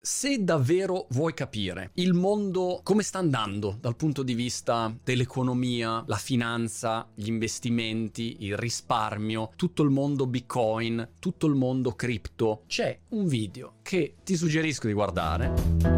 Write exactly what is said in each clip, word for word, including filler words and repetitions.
Se davvero vuoi capire il mondo come sta andando dal punto di vista dell'economia, la finanza, gli investimenti, il risparmio, tutto il mondo Bitcoin, tutto il mondo cripto, c'è un video che ti suggerisco di guardare.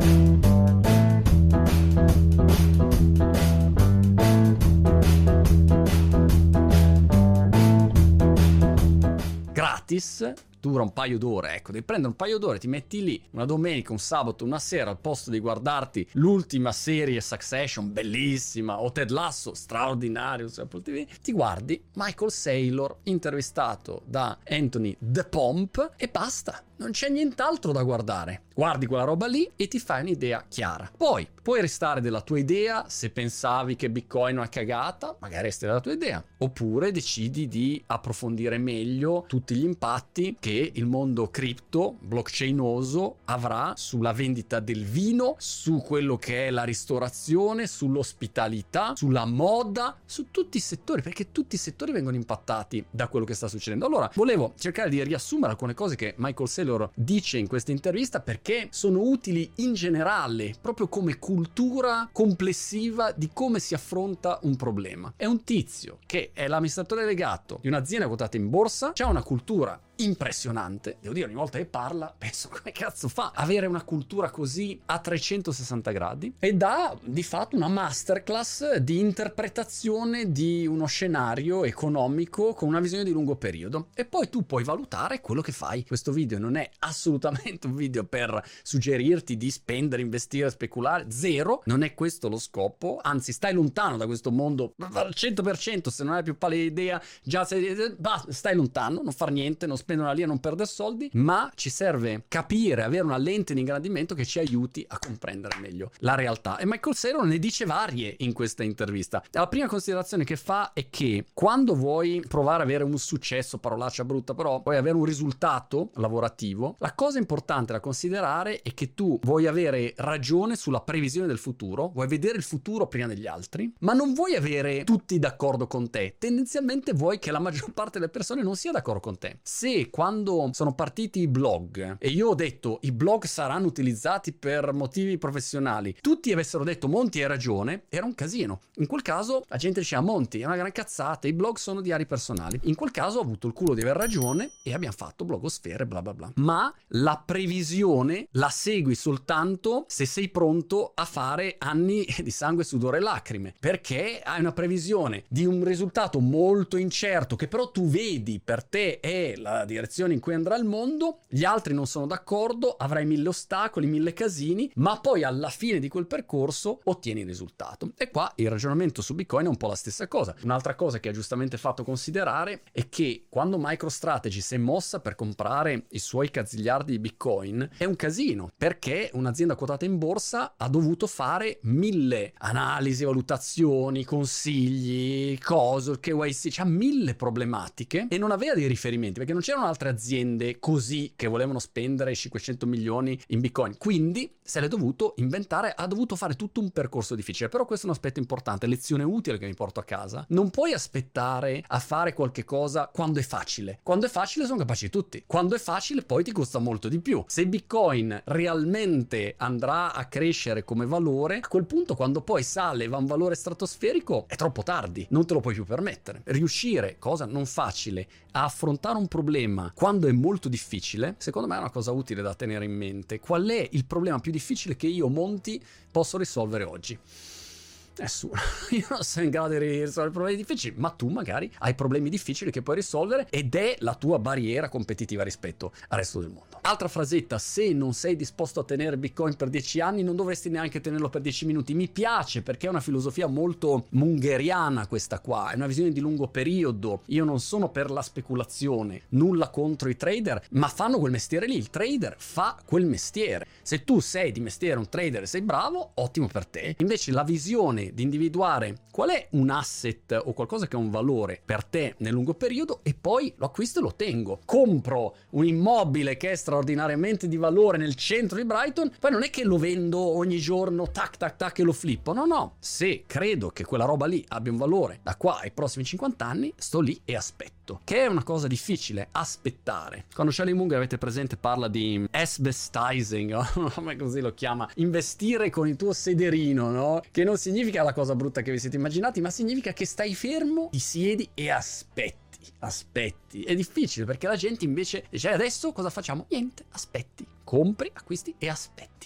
Gratis, dura un paio d'ore, ecco, devi prendere un paio d'ore, ti metti lì una domenica, un sabato, una sera, al posto di guardarti l'ultima serie Succession, bellissima, o Ted Lasso, straordinario su Apple ti vu, ti guardi Michael Saylor intervistato da Anthony DePomp e basta, non c'è nient'altro da guardare. Guardi quella roba lì e ti fai un'idea chiara. Poi puoi restare della tua idea, se pensavi che Bitcoin è una cagata, magari resti della tua idea, oppure decidi di approfondire meglio tutti gli impatti che il mondo cripto, blockchainoso, avrà sulla vendita del vino, su quello che è la ristorazione, sull'ospitalità, sulla moda, su tutti i settori, perché tutti i settori vengono impattati da quello che sta succedendo. Allora, volevo cercare di riassumere alcune cose che Michael Saylor dice in questa intervista, perché sono utili in generale, proprio come cultura complessiva di come si affronta un problema. È un tizio che è l'amministratore delegato di un'azienda quotata in borsa, c'ha una cultura impressionante, devo dire, ogni volta che parla penso come cazzo fa avere una cultura così a trecentosessanta gradi, e dà di fatto una masterclass di interpretazione di uno scenario economico con una visione di lungo periodo, e poi tu puoi valutare quello che fai. Questo video non è assolutamente un video per suggerirti di spendere, investire, speculare, zero, non è questo lo scopo, anzi stai lontano da questo mondo al cento per cento, se non hai più pallida idea, già sei, bah, stai lontano, non far niente, non spendere una lì, non perdere soldi, ma ci serve capire, avere una lente di ingrandimento che ci aiuti a comprendere meglio la realtà. E Michael Saylor ne dice varie in questa intervista. La prima considerazione che fa è che quando vuoi provare ad avere un successo, parolaccia brutta, però vuoi avere un risultato lavorativo, la cosa importante da considerare è che tu vuoi avere ragione sulla previsione del futuro, vuoi vedere il futuro prima degli altri, ma non vuoi avere tutti d'accordo con te. Tendenzialmente vuoi che la maggior parte delle persone non sia d'accordo con te. Se quando sono partiti i blog e io ho detto i blog saranno utilizzati per motivi professionali, tutti avessero detto Monti hai ragione, era un casino. In quel caso la gente diceva Monti è una gran cazzata, i blog sono diari personali. In quel caso ho avuto il culo di aver ragione e abbiamo fatto blogosfere bla bla bla. Ma la previsione la segui soltanto se sei pronto a fare anni di sangue, sudore e lacrime, perché hai una previsione di un risultato molto incerto che però tu vedi per te è la direzione in cui andrà il mondo, gli altri non sono d'accordo, avrai mille ostacoli, mille casini, ma poi alla fine di quel percorso ottieni il risultato. E qua il ragionamento su Bitcoin è un po' la stessa cosa. Un'altra cosa che ha giustamente fatto considerare è che quando MicroStrategy si è mossa per comprare i suoi cazzigliardi di Bitcoin è un casino, perché un'azienda quotata in borsa ha dovuto fare mille analisi, valutazioni, consigli, cose, K Y C, c'ha mille problematiche e non aveva dei riferimenti, perché non c'erano altre aziende così che volevano spendere cinquecento milioni in Bitcoin, quindi se l'è dovuto inventare, ha dovuto fare tutto un percorso difficile. Però questo è un aspetto importante, lezione utile che mi porto a casa: non puoi aspettare a fare qualche cosa quando è facile. Quando è facile sono capaci tutti, quando è facile poi ti costa molto di più. Se Bitcoin realmente andrà a crescere come valore, a quel punto quando poi sale e va a un valore stratosferico è troppo tardi, non te lo puoi più permettere. Riuscire, cosa non facile, a affrontare un problema quando è molto difficile, secondo me è una cosa utile da tenere in mente. Qual è il problema più difficile che io, Monti, posso risolvere oggi? Nessuno. Io non sono in grado di risolvere problemi difficili, ma tu magari hai problemi difficili che puoi risolvere ed è la tua barriera competitiva rispetto al resto del mondo. Altra frasetta: se non sei disposto a tenere Bitcoin per dieci anni non dovresti neanche tenerlo per dieci minuti. Mi piace perché è una filosofia molto mungheriana questa qua, è una visione di lungo periodo. Io non sono per la speculazione, nulla contro i trader, ma fanno quel mestiere lì. Il trader fa quel mestiere. Se tu sei di mestiere un trader e sei bravo, ottimo per te. Invece la visione di individuare qual è un asset o qualcosa che ha un valore per te nel lungo periodo e poi lo acquisto e lo tengo. Compro un immobile che è straordinariamente di valore nel centro di Brighton, poi non è che lo vendo ogni giorno tac tac tac e lo flippo, no no, se credo che quella roba lì abbia un valore da qua ai prossimi cinquanta anni, sto lì e aspetto. aspetto, che è una cosa difficile, aspettare. Quando Charlie Munger, avete presente, parla di asbestizing, come così lo chiama, investire con il tuo sederino, no? Che non significa la cosa brutta che vi siete immaginati, ma significa che stai fermo, ti siedi e aspetti. Aspetti, è difficile perché la gente invece dice adesso cosa facciamo? Niente, aspetti, compri, acquisti e aspetti.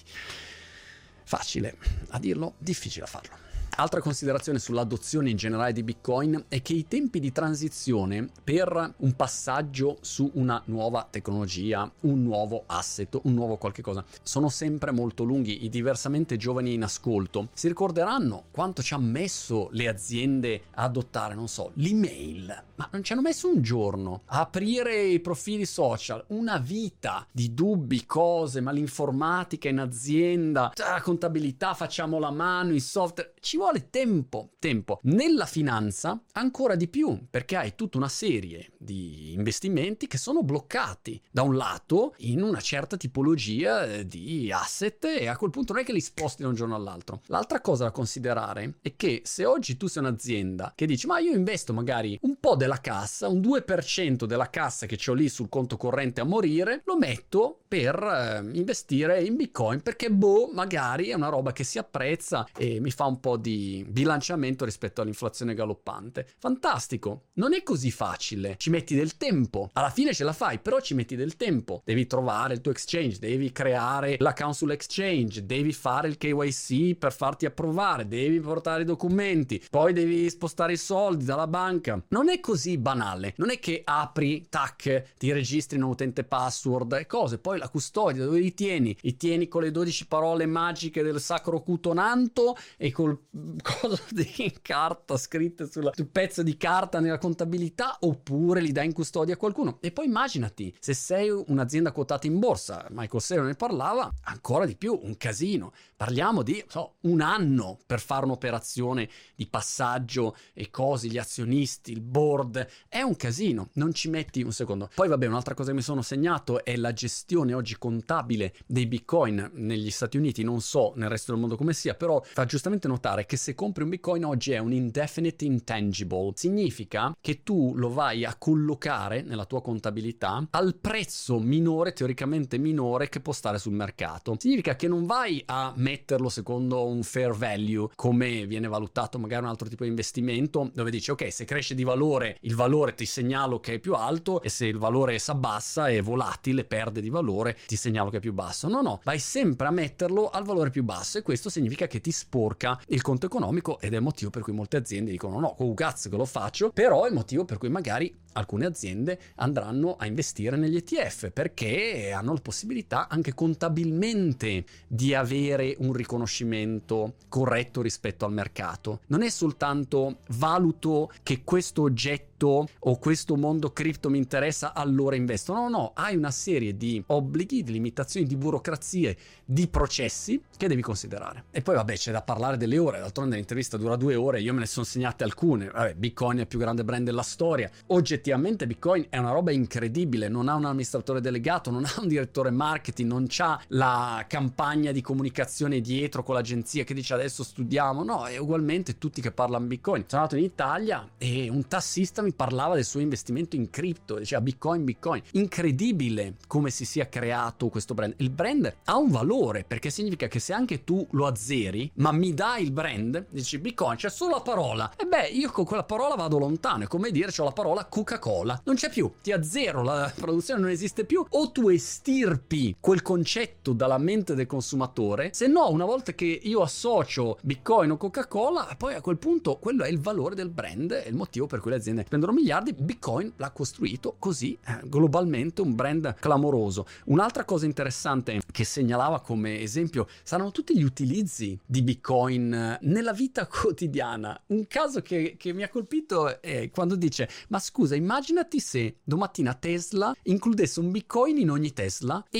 Facile a dirlo, difficile a farlo. Altra considerazione sull'adozione in generale di Bitcoin è che i tempi di transizione per un passaggio su una nuova tecnologia, un nuovo asset, un nuovo qualche cosa, sono sempre molto lunghi. I diversamente giovani in ascolto si ricorderanno quanto ci hanno messo le aziende a adottare, non so, l'email, ma non ci hanno messo un giorno a aprire i profili social, una vita di dubbi, cose, ma l'informatica in azienda, la contabilità, facciamo la mano, il software, ci vuole tempo, tempo. Nella finanza ancora di più, perché hai tutta una serie di investimenti che sono bloccati da un lato in una certa tipologia di asset e a quel punto non è che li sposti da un giorno all'altro. L'altra cosa da considerare è che se oggi tu sei un'azienda che dici ma io investo magari un po' della cassa, un due per cento della cassa che ho lì sul conto corrente a morire, lo metto per eh, investire in Bitcoin perché boh, magari è una roba che si apprezza e mi fa un po' di bilanciamento rispetto all'inflazione galoppante. Fantastico, non è così facile, ci metti del tempo, alla fine ce la fai, però ci metti del tempo, devi trovare il tuo exchange, devi creare l'account sull'exchange, devi fare il K Y C per farti approvare, devi portare i documenti, poi devi spostare i soldi dalla banca. Non è così banale, non è che apri, tac, ti registri in un utente password e cose, poi la custodia dove li tieni? Li tieni con le dodici parole magiche del sacro cutonanto e col cosa di carta scritte sul pezzo di carta nella contabilità, oppure li dai in custodia a qualcuno. E poi immaginati se sei un'azienda quotata in borsa, Michael Saylor ne parlava, ancora di più, un casino. Parliamo di so, un anno per fare un'operazione di passaggio e cose, gli azionisti, il board, è un casino, non ci metti un secondo. Poi vabbè, un'altra cosa che mi sono segnato è la gestione oggi contabile dei Bitcoin negli Stati Uniti, non so nel resto del mondo come sia, però fa giustamente notare che se compri un Bitcoin oggi è un indefinite intangible, significa che tu lo vai a collocare nella tua contabilità al prezzo minore, teoricamente minore, che può stare sul mercato. Significa che non vai a metterlo secondo un fair value come viene valutato magari un altro tipo di investimento, dove dici ok, se cresce di valore il valore ti segnalo che è più alto e se il valore si abbassa è volatile, perde di valore, ti segnalo che è più basso. No, no, vai sempre a metterlo al valore più basso e questo significa che ti sporca il conto economico ed è il motivo per cui molte aziende dicono no, con cazzo che lo faccio, però è il motivo per cui magari alcune aziende andranno a investire negli E T F perché hanno la possibilità anche contabilmente di avere un riconoscimento corretto rispetto al mercato. Non è soltanto valuto che questo oggetto o questo mondo cripto mi interessa, allora investo. No, no, hai una serie di obblighi, di limitazioni, di burocrazie, di processi che devi considerare. E poi vabbè, c'è da parlare delle ore, d'altronde l'intervista dura due ore, io me ne sono segnate alcune. Vabbè, Bitcoin è il più grande brand della storia. Oggettivamente Bitcoin è una roba incredibile, non ha un amministratore delegato, non ha un direttore marketing, non c'ha la campagna di comunicazione dietro con l'agenzia che dice adesso studiamo, no, è ugualmente tutti che parlano Bitcoin. Sono andato in Italia e un tassista mi parlava del suo investimento in cripto, diceva Bitcoin, Bitcoin. Incredibile come si sia creato questo brand. Il brand ha un valore perché significa che se anche tu lo azzeri, ma mi dai il brand, dici Bitcoin, c'è solo la parola, e beh, io con quella parola vado lontano, è come dire c'ho la parola Coca-Cola, non c'è più, ti azzero, la produzione non esiste più, o tu estirpi quel concetto dalla mente del consumatore, se no una volta che io associo Bitcoin o Coca-Cola, poi a quel punto quello è il valore del brand, è il motivo per cui le aziende spendono miliardi. Bitcoin l'ha costruito così, eh, globalmente un brand clamoroso. Un'altra cosa interessante che segnalava come esempio saranno tutti gli utilizzi di Bitcoin nella vita quotidiana. Un caso che, che mi ha colpito è quando dice ma scusa, immaginati se domattina Tesla includesse un Bitcoin in ogni Tesla e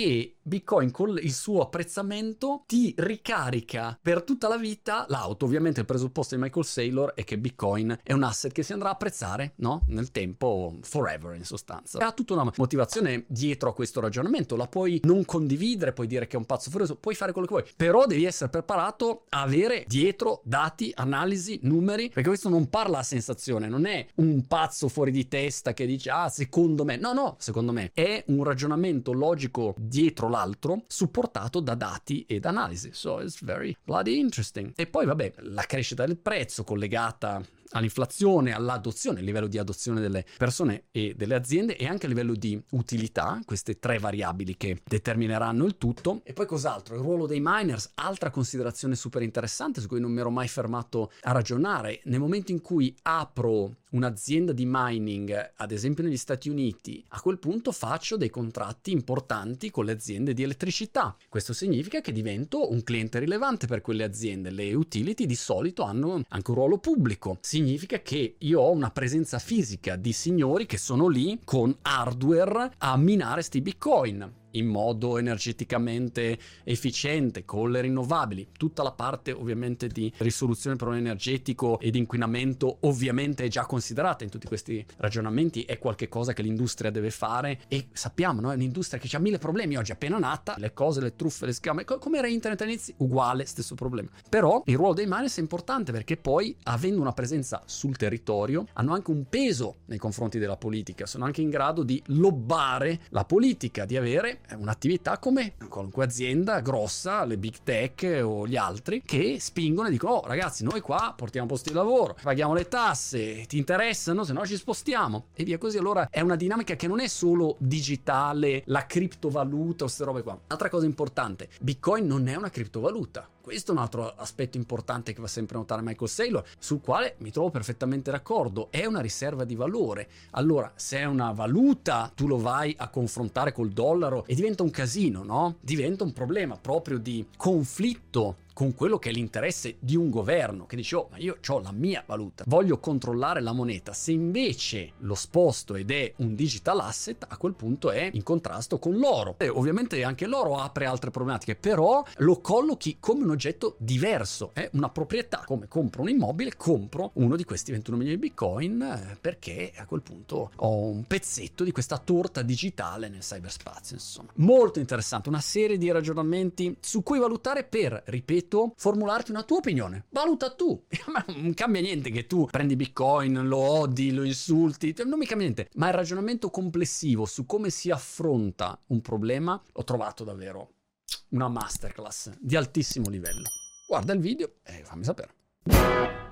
Bitcoin con il suo apprezzamento ti ricarica per tutta la vita l'auto. Ovviamente il presupposto di Michael Saylor è che Bitcoin è un asset che si andrà a apprezzare, no? Nel tempo, forever in sostanza. Ha tutta una motivazione dietro a questo ragionamento, la puoi non condividere, puoi dire che è un pazzo furioso, puoi fare quello che vuoi, però devi essere preparato a avere dietro dati, analisi, numeri, perché questo non parla a sensazione, non è un pazzo fuori di testa che dice ah secondo me, no no, secondo me è un ragionamento logico dietro l'altro supportato da dati ed analisi, so it's very bloody interesting. E poi vabbè, la crescita del prezzo collegata all'inflazione, all'adozione, il livello di adozione delle persone e delle aziende e anche a livello di utilità, queste tre variabili che determineranno il tutto. E poi cos'altro? Il ruolo dei miners, altra considerazione super interessante su cui non mi ero mai fermato a ragionare. Nel momento in cui apro un'azienda di mining, ad esempio negli Stati Uniti, a quel punto faccio dei contratti importanti con le aziende di elettricità. Questo significa che divento un cliente rilevante per quelle aziende. Le utility di solito hanno anche un ruolo pubblico. Significa che io ho una presenza fisica di signori che sono lì con hardware a minare sti bitcoin in modo energeticamente efficiente, con le rinnovabili. Tutta la parte ovviamente di risoluzione del problema energetico ed inquinamento ovviamente è già considerata in tutti questi ragionamenti, è qualcosa che l'industria deve fare e sappiamo, no? È un'industria che ha mille problemi oggi, appena nata, le cose, le truffe, le scam, come era internet all'inizio, uguale, stesso problema. Però il ruolo dei miners è importante perché poi, avendo una presenza sul territorio, hanno anche un peso nei confronti della politica, sono anche in grado di lobbare la politica, di avere un'attività come qualunque azienda grossa, le big tech o gli altri, che spingono e dicono oh ragazzi, noi qua portiamo posti di lavoro, paghiamo le tasse, ti interessano, se no ci spostiamo e via così. Allora è una dinamica che non è solo digitale, la criptovaluta o queste robe qua. Altra cosa importante, Bitcoin non è una criptovaluta. Questo è un altro aspetto importante che va sempre a notare Michael Saylor, sul quale mi trovo perfettamente d'accordo. È una riserva di valore. Allora, se è una valuta, tu lo vai a confrontare col dollaro e diventa un casino, no? Diventa un problema proprio di conflitto con quello che è l'interesse di un governo che dice oh ma io ho la mia valuta, voglio controllare la moneta. Se invece lo sposto ed è un digital asset, a quel punto è in contrasto con l'oro e ovviamente anche l'oro apre altre problematiche, però lo collochi come un oggetto diverso, è una proprietà. Come compro un immobile, compro uno di questi ventuno milioni di bitcoin perché a quel punto ho un pezzetto di questa torta digitale nel cyberspazio. Insomma, molto interessante, una serie di ragionamenti su cui valutare per, ripeto, formularti una tua opinione. Valuta tu. Non cambia niente che tu prendi Bitcoin, lo odi, lo insulti, non mi cambia niente. Ma il ragionamento complessivo su come si affronta un problema l'ho trovato davvero una masterclass di altissimo livello. Guarda il video e fammi sapere.